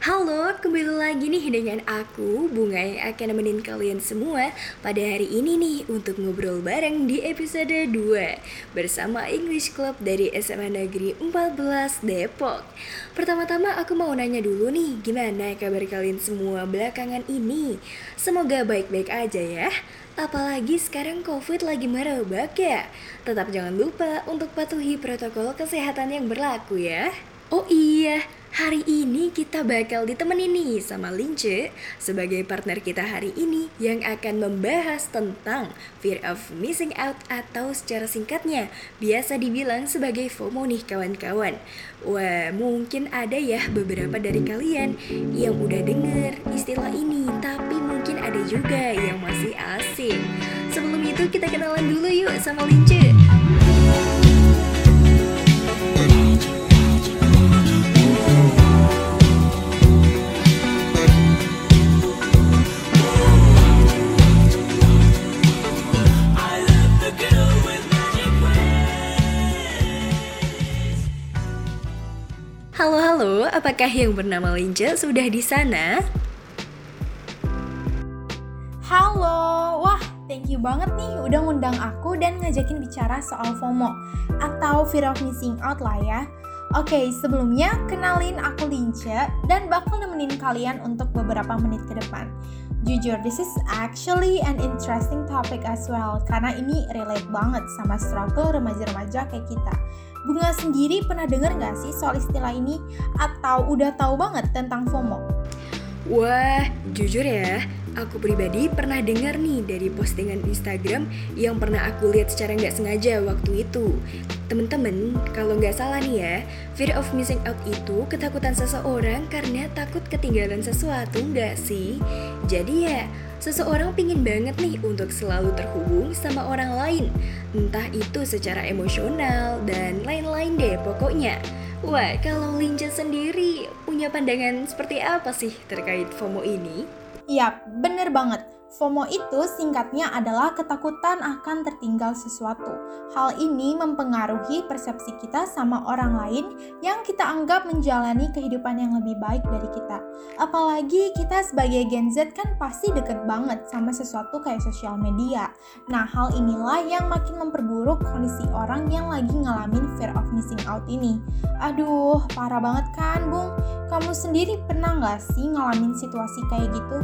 Halo, kembali lagi nih dengan aku, Bunga yang akan nemenin kalian semua pada hari ini nih untuk ngobrol bareng di episode 2 bersama English Club dari SMA Negeri 14 Depok. Pertama-tama aku mau nanya dulu nih, gimana kabar kalian semua belakangan ini? Semoga baik-baik aja ya. Apalagi sekarang COVID lagi merebak ya. Tetap jangan lupa untuk patuhi protokol kesehatan yang berlaku ya. Oh iya, hari ini kita bakal ditemenin nih sama Lince sebagai partner kita hari ini yang akan membahas tentang fear of missing out atau secara singkatnya biasa dibilang sebagai FOMO nih kawan-kawan. Wah, mungkin ada ya beberapa dari kalian yang udah denger istilah ini, tapi mungkin ada juga yang masih asing. Sebelum itu kita kenalan dulu yuk sama Lince. Halo, apakah yang bernama Lince sudah di sana? Halo, wah thank you banget nih udah ngundang aku dan ngajakin bicara soal FOMO atau fear of missing out lah ya. Oke, sebelumnya kenalin aku Lince dan bakal nemenin kalian untuk beberapa menit ke depan. Jujur, this is actually an interesting topic as well karena ini relate banget sama struggle remaja-remaja kayak kita. Bunga sendiri pernah denger gak sih soal istilah ini? Atau udah tahu banget tentang FOMO? Wah, jujur ya, aku pribadi pernah dengar nih dari postingan Instagram yang pernah aku lihat secara nggak sengaja waktu itu. Temen-temen, kalau nggak salah nih ya, fear of missing out itu ketakutan seseorang karena takut ketinggalan sesuatu nggak sih? Jadi ya, seseorang pingin banget nih untuk selalu terhubung sama orang lain, entah itu secara emosional dan lain-lain deh pokoknya. Wah, kalau Lince sendiri punya pandangan seperti apa sih terkait FOMO ini? Yap, bener banget. FOMO itu singkatnya adalah ketakutan akan tertinggal sesuatu. Hal ini mempengaruhi persepsi kita sama orang lain yang kita anggap menjalani kehidupan yang lebih baik dari kita. Apalagi kita sebagai Gen Z kan pasti deket banget sama sesuatu kayak sosial media. Nah, hal inilah yang makin memperburuk kondisi orang yang lagi ngalamin fear of missing out ini. Aduh, parah banget kan, Bung? Kamu sendiri pernah gak sih ngalamin situasi kayak gitu?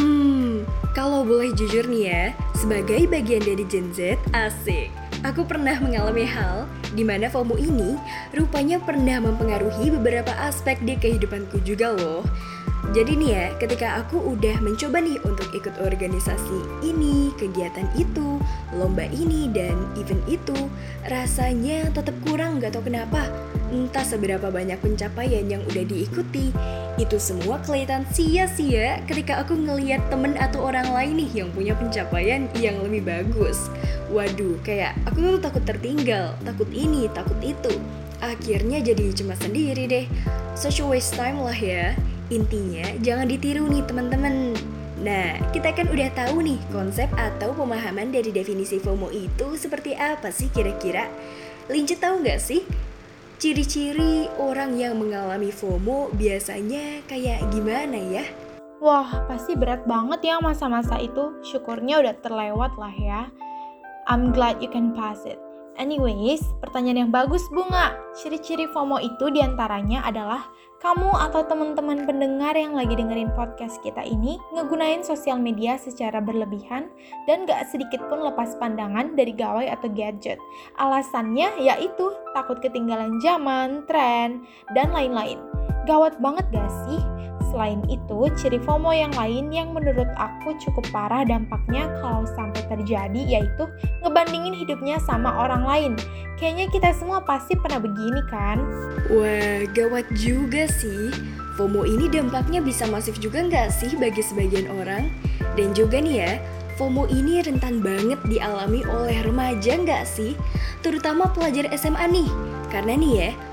Kalau boleh jujur nih ya, sebagai bagian dari Gen Z, asik. Aku pernah mengalami hal di mana FOMO ini rupanya pernah mempengaruhi beberapa aspek di kehidupanku juga loh. Jadi nih ya, ketika aku udah mencoba nih untuk ikut organisasi ini, kegiatan itu, lomba ini, dan event itu, rasanya tetap kurang gak tau kenapa. Entah seberapa banyak pencapaian yang udah diikuti, itu semua kelihatan sia-sia ketika aku ngelihat temen atau orang lain nih yang punya pencapaian yang lebih bagus. Waduh, kayak aku tuh takut tertinggal, takut ini, takut itu. Akhirnya jadi cuma sendiri deh. Such a waste time lah ya. Intinya jangan ditiru nih teman-teman. Nah, kita kan udah tahu nih konsep atau pemahaman dari definisi FOMO itu seperti apa sih kira-kira? Lince tahu nggak sih? Ciri-ciri orang yang mengalami FOMO biasanya kayak gimana ya? Wah, pasti berat banget ya masa-masa itu. Syukurnya udah terlewat lah ya. I'm glad you can pass it. Anyways, pertanyaan yang bagus Bunga. Ciri-ciri FOMO itu diantaranya adalah kamu atau teman-teman pendengar yang lagi dengerin podcast kita ini ngegunain sosial media secara berlebihan dan gak sedikit pun lepas pandangan dari gawai atau gadget. Alasannya yaitu takut ketinggalan zaman, tren, dan lain-lain. Gawat banget gak sih? Selain itu, ciri FOMO yang lain yang menurut aku cukup parah dampaknya kalau sampai terjadi yaitu ngebandingin hidupnya sama orang lain. Kayaknya kita semua pasti pernah begini kan? Wah, gawat juga sih. FOMO ini dampaknya bisa masif juga nggak sih bagi sebagian orang? Dan juga nih ya, FOMO ini rentan banget dialami oleh remaja nggak sih? Terutama pelajar SMA nih. Karena nih ya,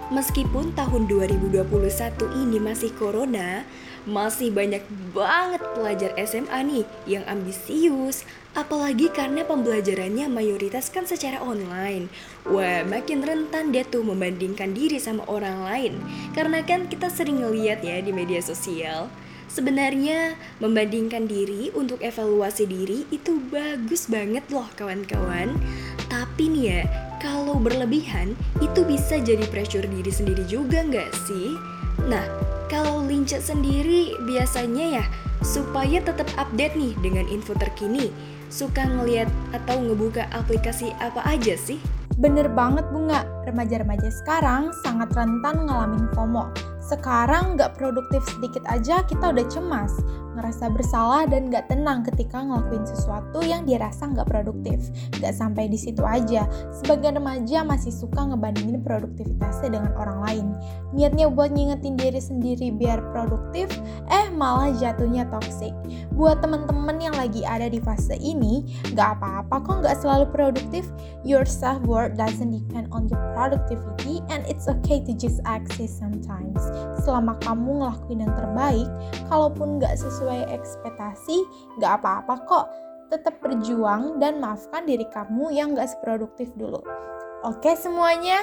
Meskipun tahun 2021 ini masih corona, masih banyak banget pelajar SMA nih yang ambisius, apalagi karena pembelajarannya mayoritas kan secara online. Wah, makin rentan deh tuh membandingkan diri sama orang lain. Karena kan kita sering ngeliat ya di media sosial. Sebenarnya membandingkan diri untuk evaluasi diri itu bagus banget loh kawan-kawan. Tapi nih ya, kalau berlebihan itu bisa jadi pressure diri sendiri juga nggak sih? Nah, kalau Lince sendiri biasanya ya supaya tetap update nih dengan info terkini, suka ngeliat atau ngebuka aplikasi apa aja sih? Bener banget Bunga, remaja-remaja sekarang sangat rentan ngalamin FOMO. Sekarang nggak produktif sedikit aja kita udah cemas, ngerasa bersalah dan nggak tenang ketika ngelakuin sesuatu yang dirasa nggak produktif. Nggak sampai di situ aja, sebagian remaja masih suka ngebandingin produktivitasnya dengan orang lain. Niatnya buat ngingetin diri sendiri biar produktif, malah jatuhnya toxic. Buat temen-temen yang lagi ada di fase ini, nggak apa-apa kok nggak selalu produktif. Your self-worth doesn't depend on your productivity and it's okay to just exist sometimes. Selama kamu ngelakuin yang terbaik, kalaupun nggak sesuai ekspektasi, nggak apa-apa kok. Tetap berjuang dan maafkan diri kamu yang nggak seproduktif dulu. Oke semuanya?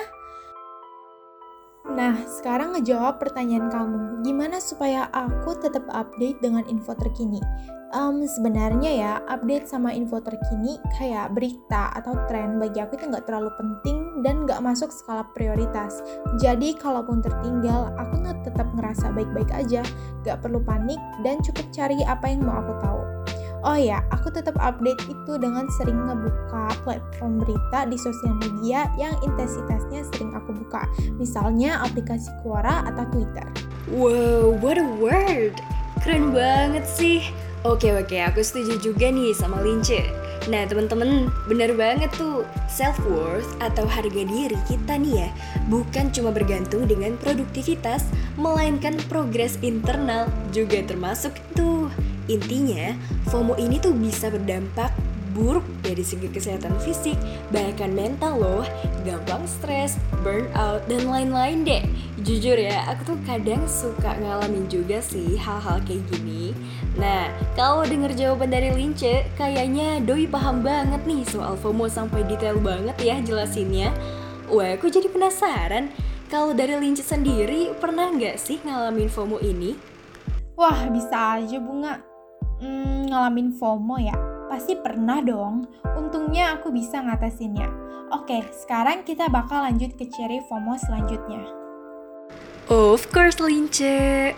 Nah, sekarang ngejawab pertanyaan kamu. Gimana supaya aku tetap update dengan info terkini? Sebenarnya ya, update sama info terkini kayak berita atau tren bagi aku itu nggak terlalu penting dan nggak masuk skala prioritas. Jadi kalaupun tertinggal, aku tetap ngerasa baik-baik aja, nggak perlu panik dan cukup cari apa yang mau aku tahu. Oh ya, aku tetap update itu dengan sering ngebuka platform berita di sosial media yang intensitasnya sering aku buka. Misalnya aplikasi Quora atau Twitter. Wow, what a word! Keren banget sih. Oke, aku setuju juga nih sama Lince. Nah teman-teman, benar banget tuh. Self-worth atau harga diri kita nih ya, bukan cuma bergantung dengan produktivitas, melainkan progres internal juga termasuk tuh. Intinya, FOMO ini tuh bisa berdampak buruk dari segi kesehatan fisik, bahkan mental loh, gampang stres, burnout, dan lain-lain deh. Jujur ya, aku tuh kadang suka ngalamin juga sih hal-hal kayak gini. Nah, kalau denger jawaban dari Lince, kayaknya Doi paham banget nih soal FOMO sampai detail banget ya jelasinnya. Wah, aku jadi penasaran, kalau dari Lince sendiri pernah nggak sih ngalamin FOMO ini? Wah, bisa aja Bunga. Ngalamin FOMO ya? Pasti pernah dong. Untungnya aku bisa ngatasinnya. Oke, sekarang kita bakal lanjut ke ciri FOMO selanjutnya. Of course, Lince.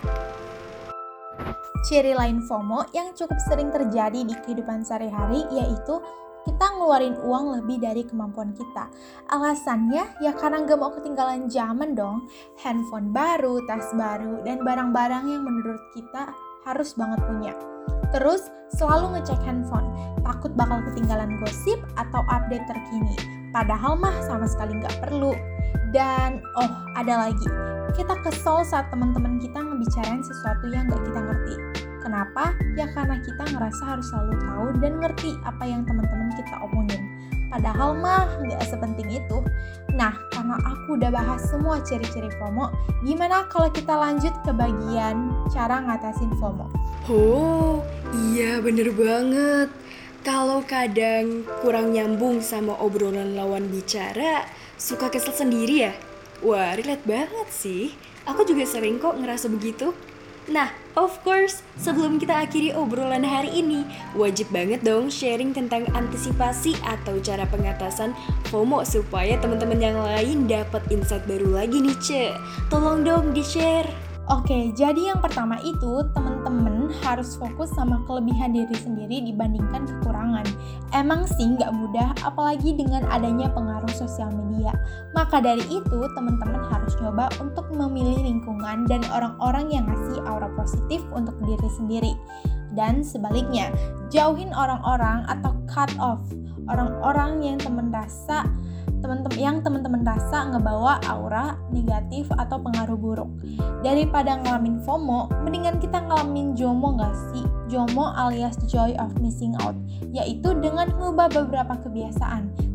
Ciri lain FOMO yang cukup sering terjadi di kehidupan sehari-hari yaitu kita ngeluarin uang lebih dari kemampuan kita. Alasannya ya karena gak mau ketinggalan zaman dong. Handphone baru, tas baru, dan barang-barang yang menurut kita harus banget punya. Terus selalu ngecek handphone, takut bakal ketinggalan gosip atau update terkini. Padahal mah sama sekali nggak perlu. Dan ada lagi, kita kesel saat teman-teman kita ngebicarain sesuatu yang nggak kita ngerti. Kenapa? Ya karena kita ngerasa harus selalu tahu dan ngerti apa yang teman-teman kita omongin. Padahal mah nggak sepenting itu. Nah, karena aku udah bahas semua ciri-ciri FOMO, gimana kalau kita lanjut ke bagian cara ngatasin FOMO? Oh, iya bener banget. Kalau kadang kurang nyambung sama obrolan lawan bicara, suka kesel sendiri ya? Wah, relate banget sih. Aku juga sering kok ngerasa begitu. Nah, of course, sebelum kita akhiri obrolan hari ini, wajib banget dong sharing tentang antisipasi atau cara pengatasan FOMO supaya teman-teman yang lain dapat insight baru lagi nih, Ce. Tolong dong di-share. Oke, jadi yang pertama itu teman-teman harus fokus sama kelebihan diri sendiri dibandingkan kekurangan. Emang sih nggak mudah, apalagi dengan adanya pengaruh sosial media. Maka dari itu, teman-teman harus coba untuk memilih lingkungan dan orang-orang yang ngasih aura positif untuk diri sendiri. Dan sebaliknya, jauhin orang-orang atau cut off orang-orang yang teman-teman rasa ngebawa aura negatif atau pengaruh buruk. Daripada ngalamin FOMO, mendingan kita ngalamin JOMO gak sih? JOMO alias joy of missing out, yaitu dengan ngubah beberapa kebiasaan.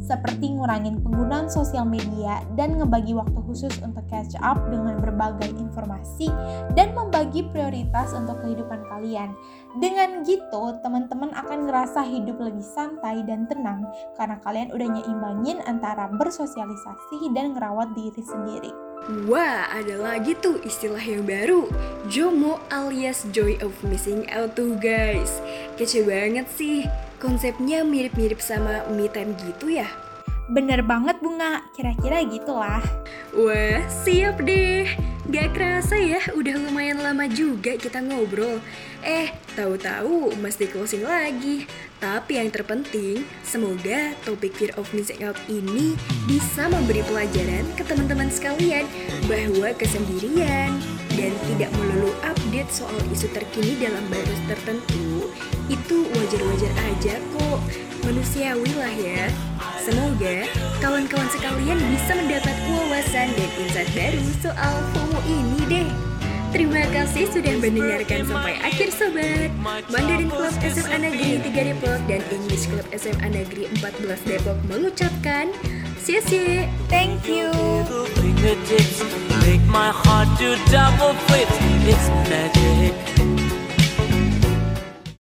seperti ngurangin penggunaan sosial media dan ngebagi waktu khusus untuk catch up dengan berbagai informasi dan membagi prioritas untuk kehidupan kalian. Dengan gitu, teman-teman akan ngerasa hidup lebih santai dan tenang karena kalian udah nyeimbangin antara bersosialisasi dan ngerawat diri sendiri. Wah, ada lagi tuh istilah yang baru, JOMO alias Joy of Missing Out tuh guys. Kece banget sih, konsepnya mirip-mirip sama me time gitu ya? Bener banget Bunga, kira-kira gitulah. Wah, siap deh. Gak kerasa ya, udah lumayan lama juga kita ngobrol. Tahu-tahu mesti closing lagi. Tapi yang terpenting, semoga topik fear of missing out ini bisa memberi pelajaran ke teman-teman sekalian bahwa kesendirian dan tidak melulu update soal isu terkini dalam batas tertentu itu wajar-wajar aja kok. Manusiawi lah ya. Semoga kawan-kawan sekalian bisa mendapat wawasan dan insight baru soal FOMO ini deh. Terima kasih sudah mendengarkan sampai akhir sobat. Mandarin Club SMA Negeri 3 Depok dan English Club SMA Negeri 14 Depok mengucapkan Xie. Thank you. Make my heart do double flips. It's magic.